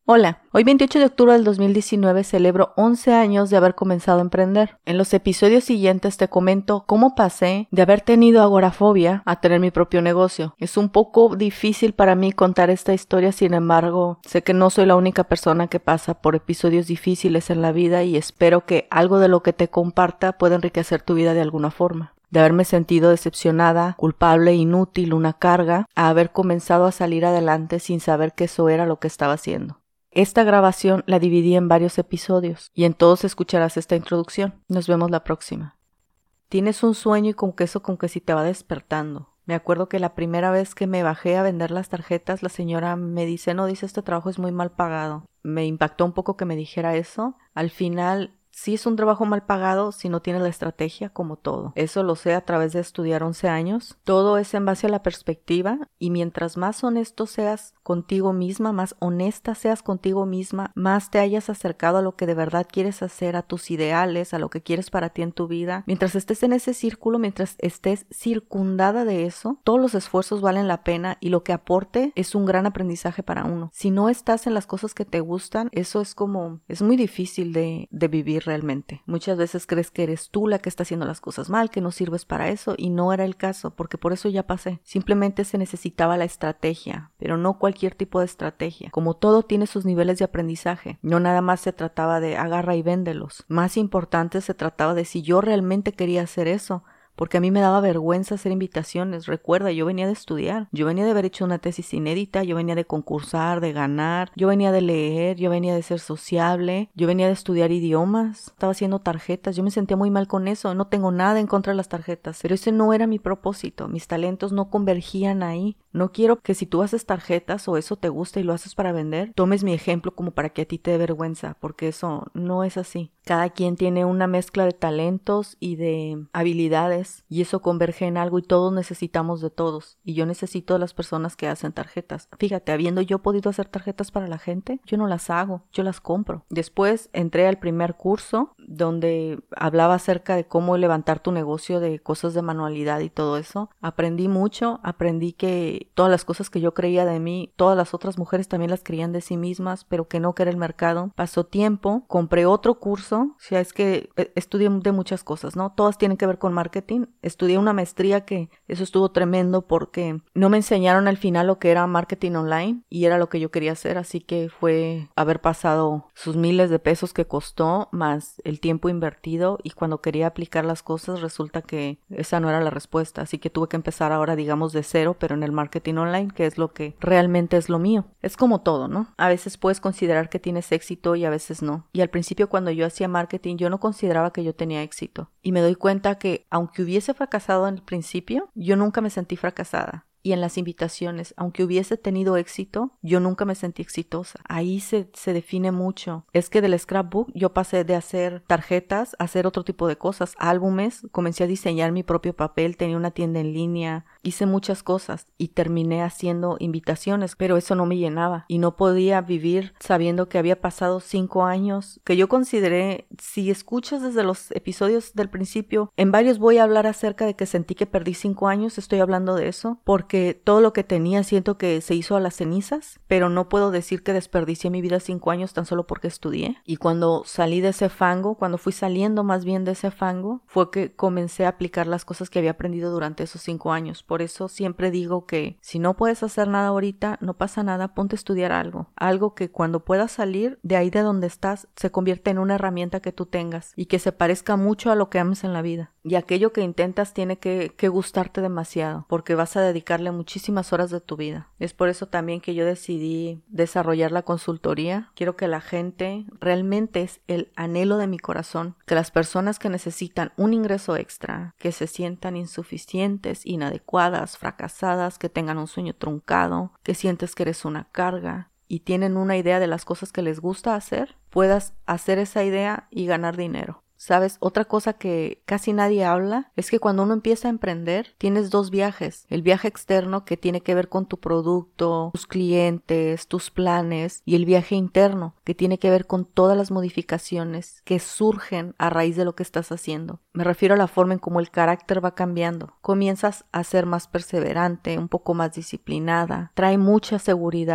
Hola, hoy 28 de octubre del 2019 celebro 11 años de haber comenzado a emprender. En los episodios siguientes te comento cómo pasé de haber tenido agorafobia a tener mi propio negocio. Es un poco difícil para mí contar esta historia, sin embargo, sé que no soy la única persona que pasa por episodios difíciles en la vida y espero que algo de lo que te comparta pueda enriquecer tu vida de alguna forma. De haberme sentido decepcionada, culpable, inútil, una carga, a haber comenzado a salir adelante sin saber que eso era lo que estaba haciendo. Esta grabación la dividí en varios episodios y en todos escucharás esta introducción. Nos vemos la próxima. Tienes un sueño y con que eso si te va despertando. Me acuerdo que la primera vez que me bajé a vender las tarjetas, la señora me dice, este trabajo es muy mal pagado. Me impactó un poco que me dijera eso. Al final, sí es un trabajo mal pagado si no tienes la estrategia, como todo. Eso lo sé a través de estudiar 11 años. Todo es en base a la perspectiva y mientras más honesto seas contigo misma, más honesta seas contigo misma, más te hayas acercado a lo que de verdad quieres hacer, a tus ideales, a lo que quieres para ti en tu vida. Mientras estés en ese círculo, mientras estés circundada de eso, todos los esfuerzos valen la pena y lo que aporte es un gran aprendizaje para uno. Si no estás en las cosas que te gustan, eso es muy difícil de vivir realmente. Muchas veces crees que eres tú la que está haciendo las cosas mal, que no sirves para eso, y no era el caso, porque por eso ya pasé. Simplemente se necesitaba la estrategia, pero no cualquier tipo de estrategia. Como todo tiene sus niveles de aprendizaje. No nada más se trataba de agarra y véndelos. Más importante se trataba de si yo realmente quería hacer eso. Porque a mí me daba vergüenza hacer invitaciones. Recuerda, yo venía de estudiar, yo venía de haber hecho una tesis inédita, yo venía de concursar, de ganar, yo venía de leer, yo venía de ser sociable, yo venía de estudiar idiomas, estaba haciendo tarjetas, yo me sentía muy mal con eso, no tengo nada en contra de las tarjetas, pero ese no era mi propósito, mis talentos no convergían ahí. No quiero que si tú haces tarjetas o eso te gusta y lo haces para vender, tomes mi ejemplo como para que a ti te dé vergüenza, porque eso no es así. Cada quien tiene una mezcla de talentos y de habilidades y eso converge en algo y todos necesitamos de todos. Y yo necesito de las personas que hacen tarjetas. Fíjate, habiendo yo podido hacer tarjetas para la gente, yo no las hago, yo las compro. Después entré al primer curso donde hablaba acerca de cómo levantar tu negocio de cosas de manualidad y todo eso. Aprendí mucho, aprendí que todas las cosas que yo creía de mí, todas las otras mujeres también las creían de sí mismas, pero que no, que era el mercado. Pasó tiempo, compré otro curso, o sea, es que estudié de muchas cosas, ¿no? Todas tienen que ver con marketing. Estudié una maestría que eso estuvo tremendo porque no me enseñaron al final lo que era marketing online y era lo que yo quería hacer, así que fue haber pasado sus miles de pesos que costó, más el tiempo invertido, y cuando quería aplicar las cosas resulta que esa no era la respuesta, así que tuve que empezar ahora, digamos, de cero, pero en el marketing online, que es lo que realmente es lo mío. Es como todo, ¿no? A veces puedes considerar que tienes éxito y a veces no. Y al principio, cuando yo hacía marketing, yo no consideraba que yo tenía éxito. Y me doy cuenta que aunque hubiese fracasado en el principio, yo nunca me sentí fracasada. Y en las invitaciones, aunque hubiese tenido éxito, yo nunca me sentí exitosa. Ahí se define mucho. Es que del scrapbook yo pasé de hacer tarjetas a hacer otro tipo de cosas, álbumes, comencé a diseñar mi propio papel, tenía una tienda en línea, hice muchas cosas y terminé haciendo invitaciones, pero eso no me llenaba y no podía vivir sabiendo que había pasado 5 años, que yo consideré, si escuchas desde los episodios del principio, en varios voy a hablar acerca de que sentí que perdí 5 años, estoy hablando de eso, porque todo lo que tenía siento que se hizo a las cenizas, pero no puedo decir que desperdicié mi vida 5 años tan solo porque estudié. Y cuando salí de ese fango, cuando fui saliendo más bien de ese fango, fue que comencé a aplicar las cosas que había aprendido durante esos 5 años. Por eso siempre digo que si no puedes hacer nada ahorita, no pasa nada, ponte a estudiar algo que cuando puedas salir de ahí de donde estás, se convierta en una herramienta que tú tengas y que se parezca mucho a lo que ames en la vida. Y aquello que intentas tiene que gustarte demasiado, porque vas a dedicarle muchísimas horas de tu vida. Es por eso también que yo decidí desarrollar la consultoría. Quiero que la gente, realmente es el anhelo de mi corazón, que las personas que necesitan un ingreso extra, que se sientan insuficientes, inadecuadas, fracasadas, que tengan un sueño truncado, que sientes que eres una carga y tienen una idea de las cosas que les gusta hacer, puedas hacer esa idea y ganar dinero. ¿Sabes? Otra cosa que casi nadie habla es que cuando uno empieza a emprender, tienes 2 viajes. El viaje externo, que tiene que ver con tu producto, tus clientes, tus planes, y el viaje interno, que tiene que ver con todas las modificaciones que surgen a raíz de lo que estás haciendo. Me refiero a la forma en cómo el carácter va cambiando. Comienzas a ser más perseverante, un poco más disciplinada, trae mucha seguridad.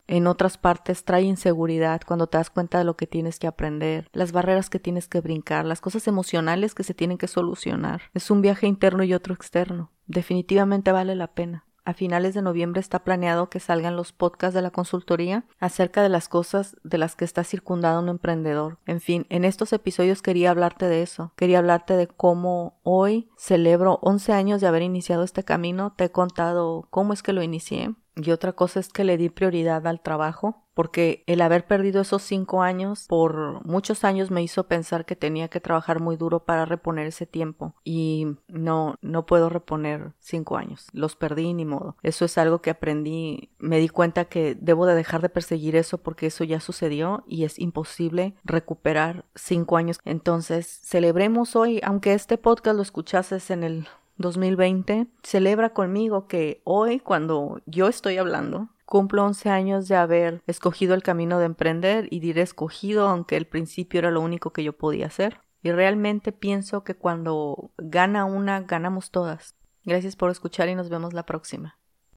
en otras partes trae inseguridad cuando te das cuenta de lo que tienes que aprender, las barreras que tienes que brincar, las cosas emocionales que se tienen que solucionar. Es un viaje interno y otro externo. Definitivamente vale la pena. A finales de noviembre está planeado que salgan los podcasts de la consultoría acerca de las cosas de las que está circundado un emprendedor. En fin, en estos episodios quería hablarte de eso. Quería hablarte de cómo hoy celebro 11 años de haber iniciado este camino. Te he contado cómo es que lo inicié. Y otra cosa es que le di prioridad al trabajo, porque el haber perdido esos 5 años por muchos años me hizo pensar que tenía que trabajar muy duro para reponer ese tiempo. Y no puedo reponer 5 años. Los perdí ni modo. Eso es algo que aprendí. Me di cuenta que debo de dejar de perseguir eso porque eso ya sucedió y es imposible recuperar 5 años. Entonces, celebremos hoy, aunque este podcast lo escuchases en el 2020, celebra conmigo que hoy, cuando yo estoy hablando, cumplo 11 años de haber escogido el camino de emprender, y diré escogido, aunque al principio era lo único que yo podía hacer. Y realmente pienso que cuando gana una, ganamos todas. Gracias por escuchar y nos vemos la próxima.